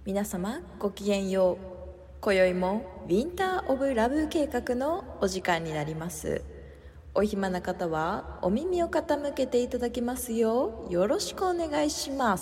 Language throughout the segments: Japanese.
皆様ごきげんよう。今宵もウィンター・オブ・ラブ計画のお時間になります。お暇な方はお耳を傾けていただきますようよろしくお願いします。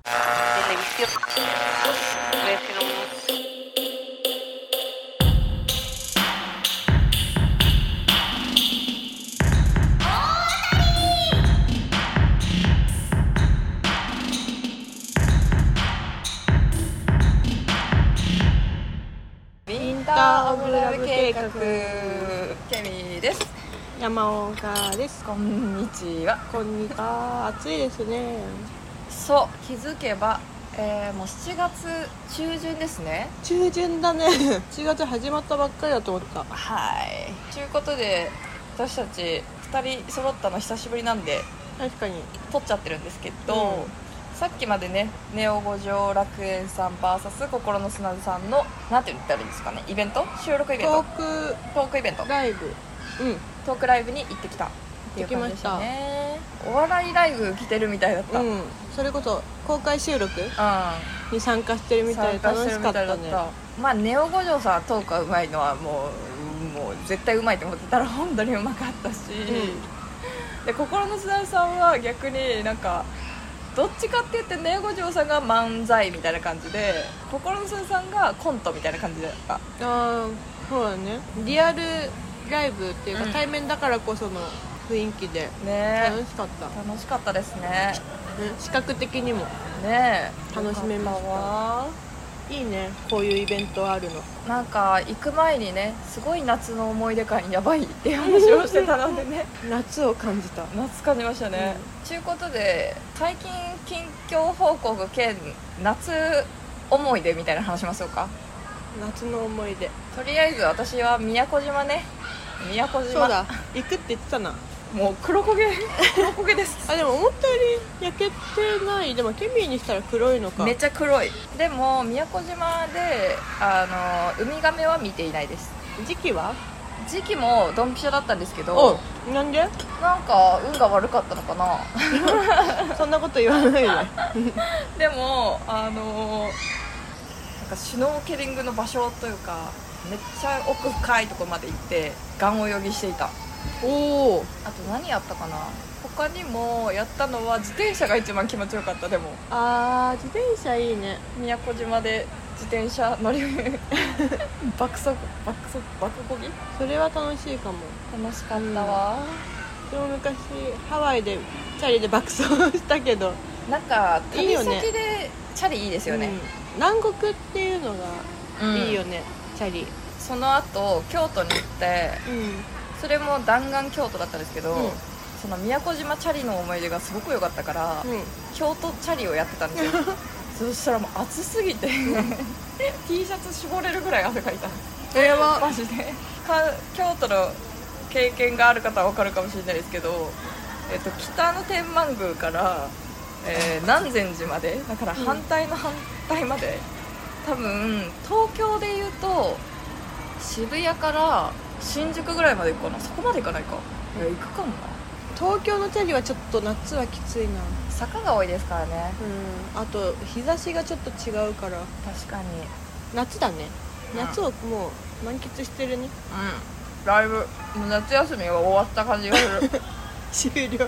ウィンター・オブ・ラブ計画ケミです。 山岡です。 こんにちは。 こんにちは。暑いですね。 そう、気づけば、もう7月中旬ですね。 中旬だね。7月始まったばっかりだと思った。 はいということで、私たち2人揃ったの久しぶりなんで確かに撮っちゃってるんですけど、さっきまでね、ネオ五条楽園さん VS 心の砂地さんのなんて言ったらいいんですかね、イベント、収録イベント、トークイベント、 ライブ、 トークライブに行ってきたっていう感じでしたね。お笑いライブ来てるみたいだった。 それこそ公開収録に参加してるみたいで楽しかったね。 まあネオ五条さんはトークがうまいのはもう絶対うまいと思ってたら本当にうまかったし、で心の砂地さんは逆になんかどっちかって言ってネオ五条さんが漫才みたいな感じで、心の砂地さんがコントみたいな感じだった。 そうだね。リアルライブっていうか、対面だからこその雰囲気で楽しかった。 楽しかったですね。 視覚的にもね楽しめました。いいね、こういうイベントあるの。 なんか行く前にね、すごい夏の思い出感やばいっていう話をしてたのでね夏を感じた。 夏感じましたね。ということで、最近近況報告兼夏思い出みたいな話しましょうか。 夏の思い出、 とりあえず私は宮古島ね。宮古島、 そうだ、行くって言ってたな。 もう黒焦げですでも思ったより焼けてない。でもケミーにしたら黒いのか。 めっちゃ黒い。でも宮古島でウミガメは見ていないです。 時期もドンピシャだったんですけど、 なんで？ なんか運が悪かったのかなそんなこと言わないででもなんかシュノーケリングの場所というか、めっちゃ奥深いところまで行ってガン泳ぎしていた。あと何やったかな。他にもやったのは自転車が一番気持ちよかった。でも自転車いいね。 宮古島で自転車乗り爆こぎ、 それは楽しいかも。 楽しかったわ。 でも昔ハワイでチャリで爆走したけど、 なんか旅先でチャリいいですよね。 南国っていうのがいいよね、チャリ。 その後京都に行って、それも弾丸京都だったんですけど、その宮古島チャリの思い出がすごく良かったから、京都チャリをやってたんですよそしたらもう暑すぎてT シャツ絞れるぐらい汗かいた。マジで京都の経験がある方は分かるかもしれないですけど、北の天満宮から、南禅寺までだから反対の反対まで、多分東京でいうと渋谷から新宿ぐらいまで行くかな。そこまで行かないか。行くかもな。 東京のチャリはちょっと夏はきついな。 坂が多いですからね。 あと日差しがちょっと違うから。 確かに夏だね。夏をもう満喫してるね。 だいぶもう夏休みが終わった感じがする終了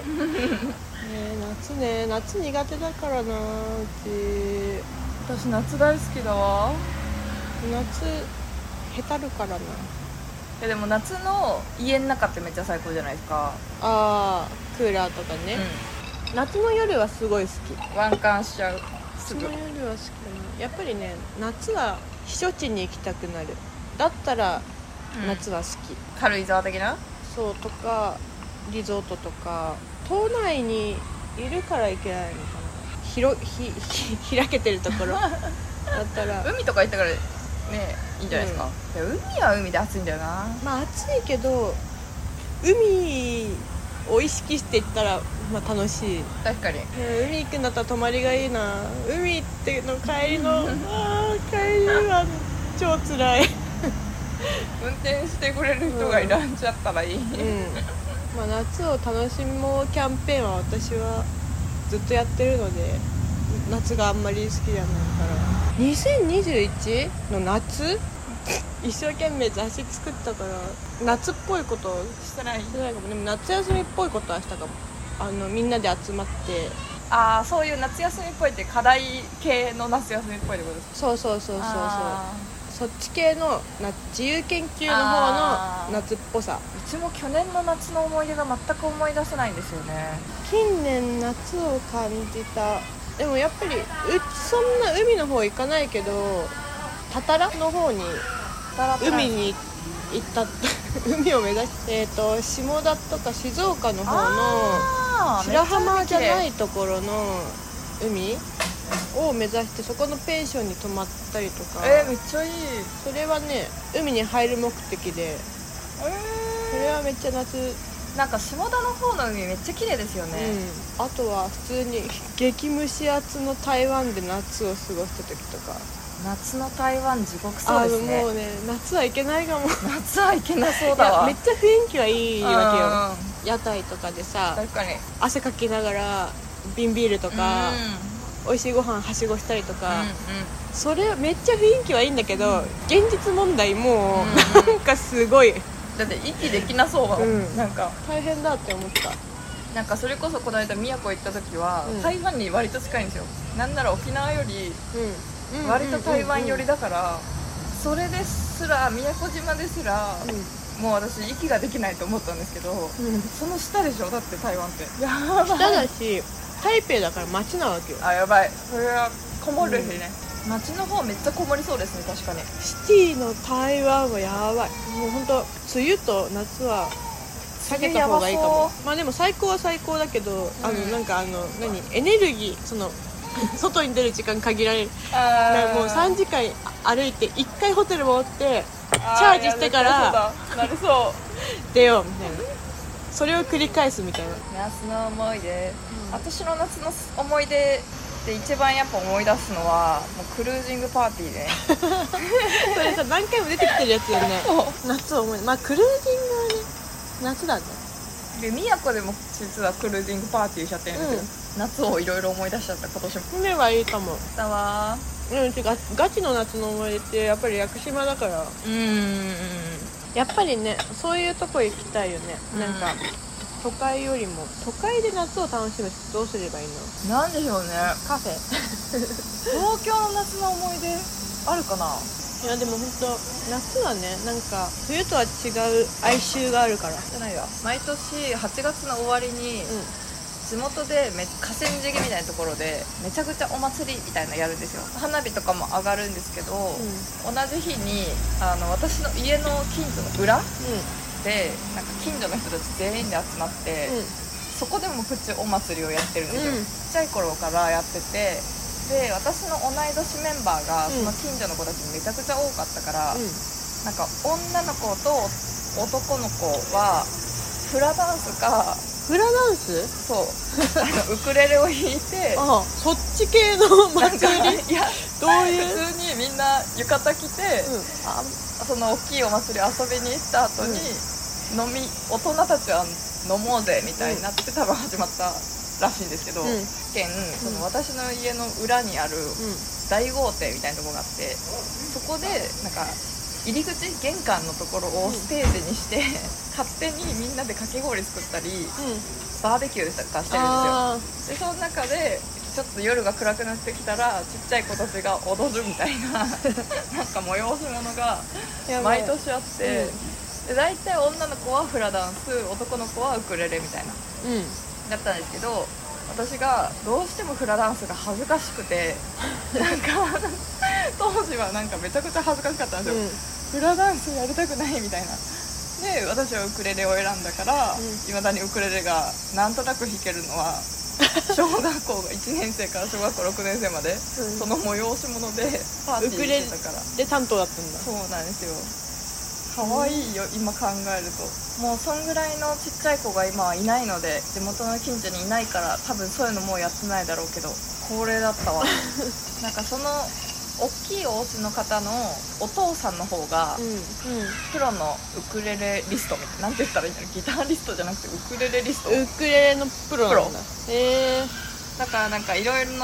夏苦手だからな。うち私夏大好きだわ。 夏へたるからな。 でも夏の家の中ってめっちゃ最高じゃないですか。 クーラーとかね、夏の夜はすごい好き。 ワンカンしちゃう。 夏の夜は好きだな。やっぱりね、夏は避暑地に行きたくなる。だったら夏は好き、 軽井沢的なそうとかリゾートとか島内にいるから行けないのかな。開けてるところだったら海とか行ったからね、いいんじゃないですか。いや、海は海で暑いんだよな。 暑いけど海を意識して行ったら、楽しい。 確かに、 海行くんだったら泊まりがいいな。海っての帰りの帰りは超つらい運転してくれる人がいらんちゃったらいい、 夏を楽しもうキャンペーンは私はずっとやってるので、夏があんまり好きじゃないから 2021の夏一生懸命雑誌作ったから夏っぽいことをしてないかも。でも夏休みっぽいことはしたかも。みんなで集まって、 そういう夏休みっぽいって課題系の夏休みっぽいってことですか？ そうそっち系の自由研究の方の夏っぽさ。 うちも去年の夏の思い出が全く思い出せないんですよね。 近年夏を感じた。でもやっぱりそんな海の方行かないけど、たたらの方に海に行った海を目指して下田とか静岡の方の白浜じゃないところの海を目指して、そこのペンションに泊まったりとか。 めっちゃいい。 それはね、海に入る目的で、それはめっちゃ夏。 なんか下田の方の海めっちゃ綺麗ですよね。 あとは普通に激蒸し暑の台湾で夏を過ごした時とか。 夏の台湾地獄そうですね。 もうね、夏はいけないかも。 夏はいけなそうだわ。 めっちゃ雰囲気はいいわけよ。屋台とかでさ、 確かに汗かきながら瓶ビールとか、美味しいご飯はしごしたりとか、それめっちゃ雰囲気はいいんだけど、現実問題もう、なんかすごい、 だって息できなそうだもん、なんか大変だって思った。 なんかそれこそこの間宮古行った時は、台湾に割と近いんですよ。なんなら沖縄より割と台湾寄りだから、それですら宮古島ですら、もう私息ができないと思ったんですけど、その下でしょ、だって台湾ってやばい。 下だし台北だから街なわけよ。 やばい、それはこもるしね、街の方めっちゃこもりそうですね。確かにシティの台湾はやばい。もう本当梅雨と夏は避けた方がいいかも。まあでも最高は最高だけど、なんかエネルギー、その外に出る時間限られる。もう3時間歩いて1回ホテル戻ってチャージしてからなりそう出ようみたいな、それを繰り返すみたいな。 夏の思い出、私の夏の思い出で一番やっぱ思い出すのはもうクルージングパーティーでそれさ、何回も出てきてるやつよね。夏を思い出、まあクルージングはね夏だね。 で宮古でも実はクルージングパーティーしちゃってるんですよ、夏をいろいろ思い出しちゃった。今年も船はいいかも。 だわ。 ガチの夏の思い出ってやっぱり屋久島だから、やっぱりね、そういうとこ行きたいよね。なんか都会よりも、都会で夏を楽しむってどうすればいいの？ なんでしょうね。 カフェ東京の夏の思い出あるかな。 いやでも本当夏はね、なんか冬とは違う哀愁があるから。 じゃないわ、毎年8月の終わりに、地元で河川敷みたいなところでめちゃくちゃお祭りみたいなのやるんですよ。花火とかも上がるんですけど、同じ日に私の家の近所の裏、でなんか近所の人たち全員で集まって、そこでもプチお祭りをやってるんですよ、ちっちゃい頃からやってて、で私の同い年メンバーがその近所の子たちにめちゃくちゃ多かったから、なんか女の子と男の子はフラダンスか。 フラダンス？ そうウクレレを弾いてそっち系の祭り？ いや、 どういう？ 普通にみんな浴衣着て、その大きいお祭り遊びに行った後に、大人たちは飲もうぜみたいになって多分始まったらしいんですけど、その私の家の裏にある大豪邸みたいなところがあって、そこでなんか入り口玄関のところをステージにして、勝手にみんなでかき氷作ったり、バーベキューとかしてるんですよ。でその中でちょっと夜が暗くなってきたらちっちゃい子たちが踊るみたいななんか催し物が毎年あって、で大体女の子はフラダンス、男の子はウクレレみたいな、だったんですけど、私がどうしてもフラダンスが恥ずかしくてなんか当時はなんかめちゃくちゃ恥ずかしかったんですよ、フラダンスやりたくないみたいな。で私はウクレレを選んだから、いまだにウクレレがなんとなく弾けるのは小学校1年生から小学校6年生まで、その催し物でパーティーしてたから。 で担当だったんだ。 そうなんですよ。可愛いよ、今考えると。もうそんぐらいのちっちゃい子が今はいないので、地元の近所にいないから多分そういうのもうやってないだろうけど、恒例だったわなんかその大きいお家の方のお父さんの方が、プロのウクレレリストみたいな、なんて言ったらいいんだろう、ギターリストじゃなくてウクレレリスト、 ウクレレのプロなんだ。 だからなんかいろいろな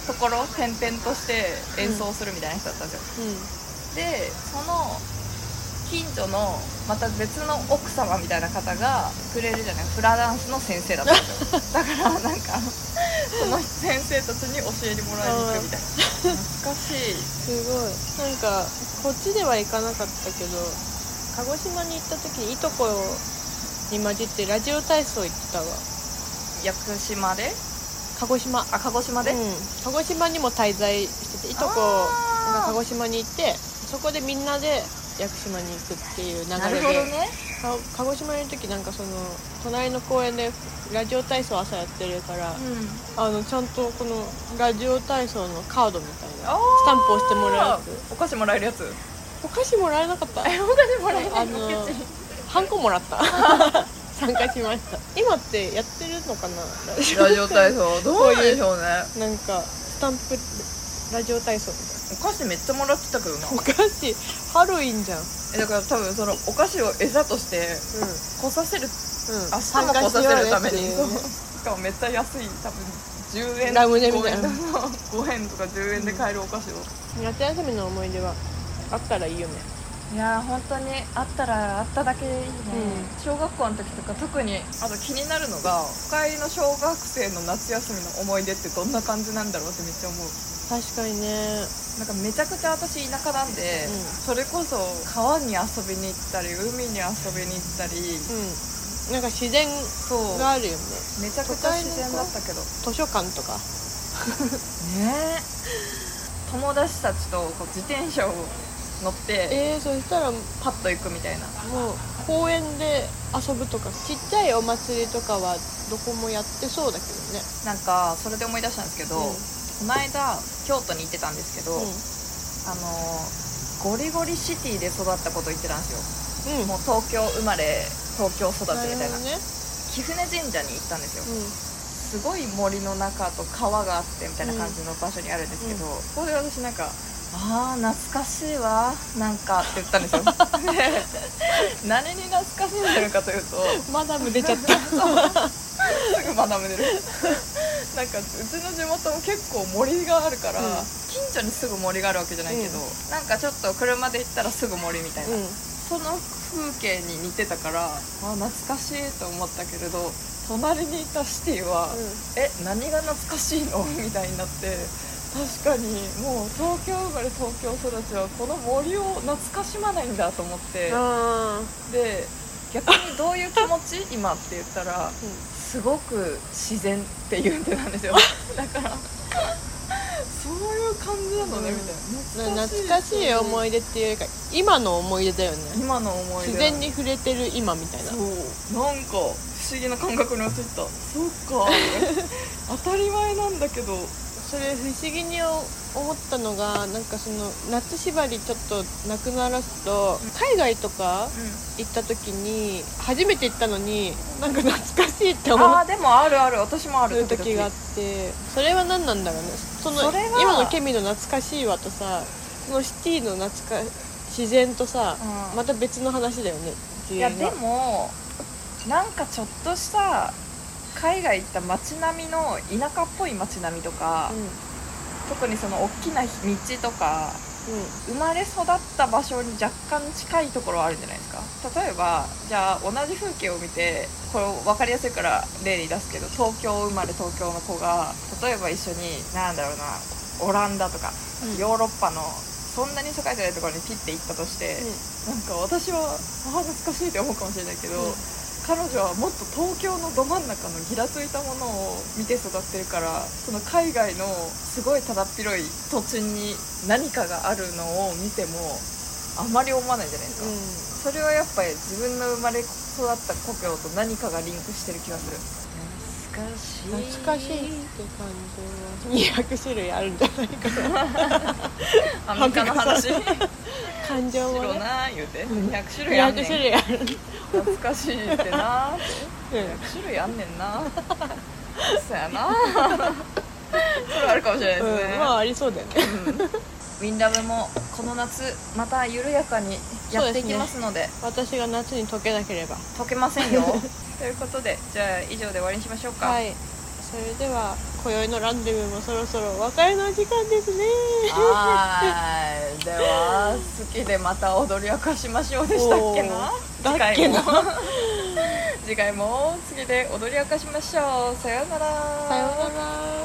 ところ転々として演奏するみたいな人だったんですよ、でその近所のまた別の奥様みたいな方がくれるじゃない、フラダンスの先生だったんですよだからなんかその先生たちに教えてもらいに行くみたいな懐かしい。 すごい。なんかこっちでは行かなかったけど、鹿児島に行った時にいとこに混じってラジオ体操行ってたわ。 屋久島で？ 鹿児島。 あ、鹿児島で？ 鹿児島にも滞在してて、いとこが鹿児島に行って、そこでみんなで屋久島に行くっていう流れで。 なるほどね。 鹿児島にいる時なんかその隣の公園でラジオ体操朝やってるから、ちゃんとこのラジオ体操のカードみたいなスタンプをしてもらうやつ。 お菓子もらえるやつ？ お菓子もらえなかった。 お菓子もらえないの？ ハンコもらった参加しました。今ってやってるのかな、 ラジオ体操。どうでしょうね。 なんかスタンプラジオ体操みたいな。 お菓子めっちゃもらってたけどな。 お菓子ハロウィンじゃん。 だから多分そのお菓子を餌として来させる、明日も来させるために、しかもめっちゃ安い、多分10円ラムネみたいな 5円とか10円で買えるお菓子を、 夏休みの思い出はあったらいいよね。 いや本当にあったらあっただけいいね、小学校の時とか特に。あと気になるのが、お帰りの小学生の夏休みの思い出ってどんな感じなんだろうってめっちゃ思う。 確かにね。 なんかめちゃくちゃ私田舎なんで、それこそ川に遊びに行ったり海に遊びに行ったり、 なんか自然があるよね。 めちゃくちゃ自然だったけど、 図書館とかねえ、友達たちとこう自転車を乗って、 そしたらパッと行くみたいな。 もう公園で遊ぶとか、ちっちゃいお祭りとかはどこもやってそうだけどね。 なんかそれで思い出したんですけど、この間京都に行ってたんですけど、ゴリゴリシティで育ったこと言ってたんですよ、もう東京生まれ東京育ちみたいな。貴船神社に行ったんですよ、すごい森の中と川があってみたいな感じの場所にあるんですけど、ここで私なんか懐かしいわなんかって言ったんですよ何に懐かしんでるかというと、 マダム出ちゃったすぐマダム出るなんかうちの地元も結構森があるから、近所にすぐ森があるわけじゃないけど、なんかちょっと車で行ったらすぐ森みたいな、その風景に似てたから懐かしいと思ったけれど、隣にいたシティは、何が懐かしいのみたいになって、確かにもう東京生まれ東京育ちはこの森を懐かしまないんだと思って、で逆にどういう気持ち今って言ったら、すごく自然って言ってたんですよだからそういう感じなのね、みたいな。 懐かしい思い出っていうよりか、今の思い出だよね。 今の思い出、 自然に触れてる今みたいな。 そう、なんか不思議な感覚に陥った。そっか当たり前なんだけど、 それ不思議に思ったのが、なんかその夏縛りちょっとなくならすと、海外とか行った時に初めて行ったのになんか懐かしいって思う。 でもあるある、私もある時があって、それは何なんだろうね。その今のケミの懐かしいわとさ、そのシティの自然とさ、また別の話だよね。 いやでもなんかちょっとした海外行った街並みの田舎っぽい街並みとか、特にその大きな道とか、生まれ育った場所に若干近いところはあるんじゃないですか。例えばじゃあ同じ風景を見て、これ分かりやすいから例に出すけど、東京生まれ東京の子が例えば一緒になんだろうな、オランダとか、ヨーロッパのそんなに栄えてないところにピッて行ったとして、なんか私は懐かしいって思うかもしれないけど、彼女はもっと東京のど真ん中のギラついたものを見て育ってるから、その海外のすごいただっ広い土地に何かがあるのを見てもあまり思わないじゃないですか、それはやっぱり自分の生まれ育った故郷と何かがリンクしてる気がする。 懐かしいって感じは200種類あるんじゃないかなアメリカの話感情もね、 白な言うて200種類あんねん。200種類ある懐かしいってなって200種類あんねんなそうやなそれはあるかもしれないですね、 まあありそうだよね、 ウィンラブもこの夏また緩やかにやっていきますので、 私が夏に溶けなければ。 溶けませんよということで、じゃあ以上で終わりにしましょうか。 はい、 それでは今宵のランデブーもそろそろお別れの時間ですね。 はいでは好きでまた踊り明かしましょうでしたっけな。 だっけな次回も好きで踊り明かしましょう。さようなら。 さようなら。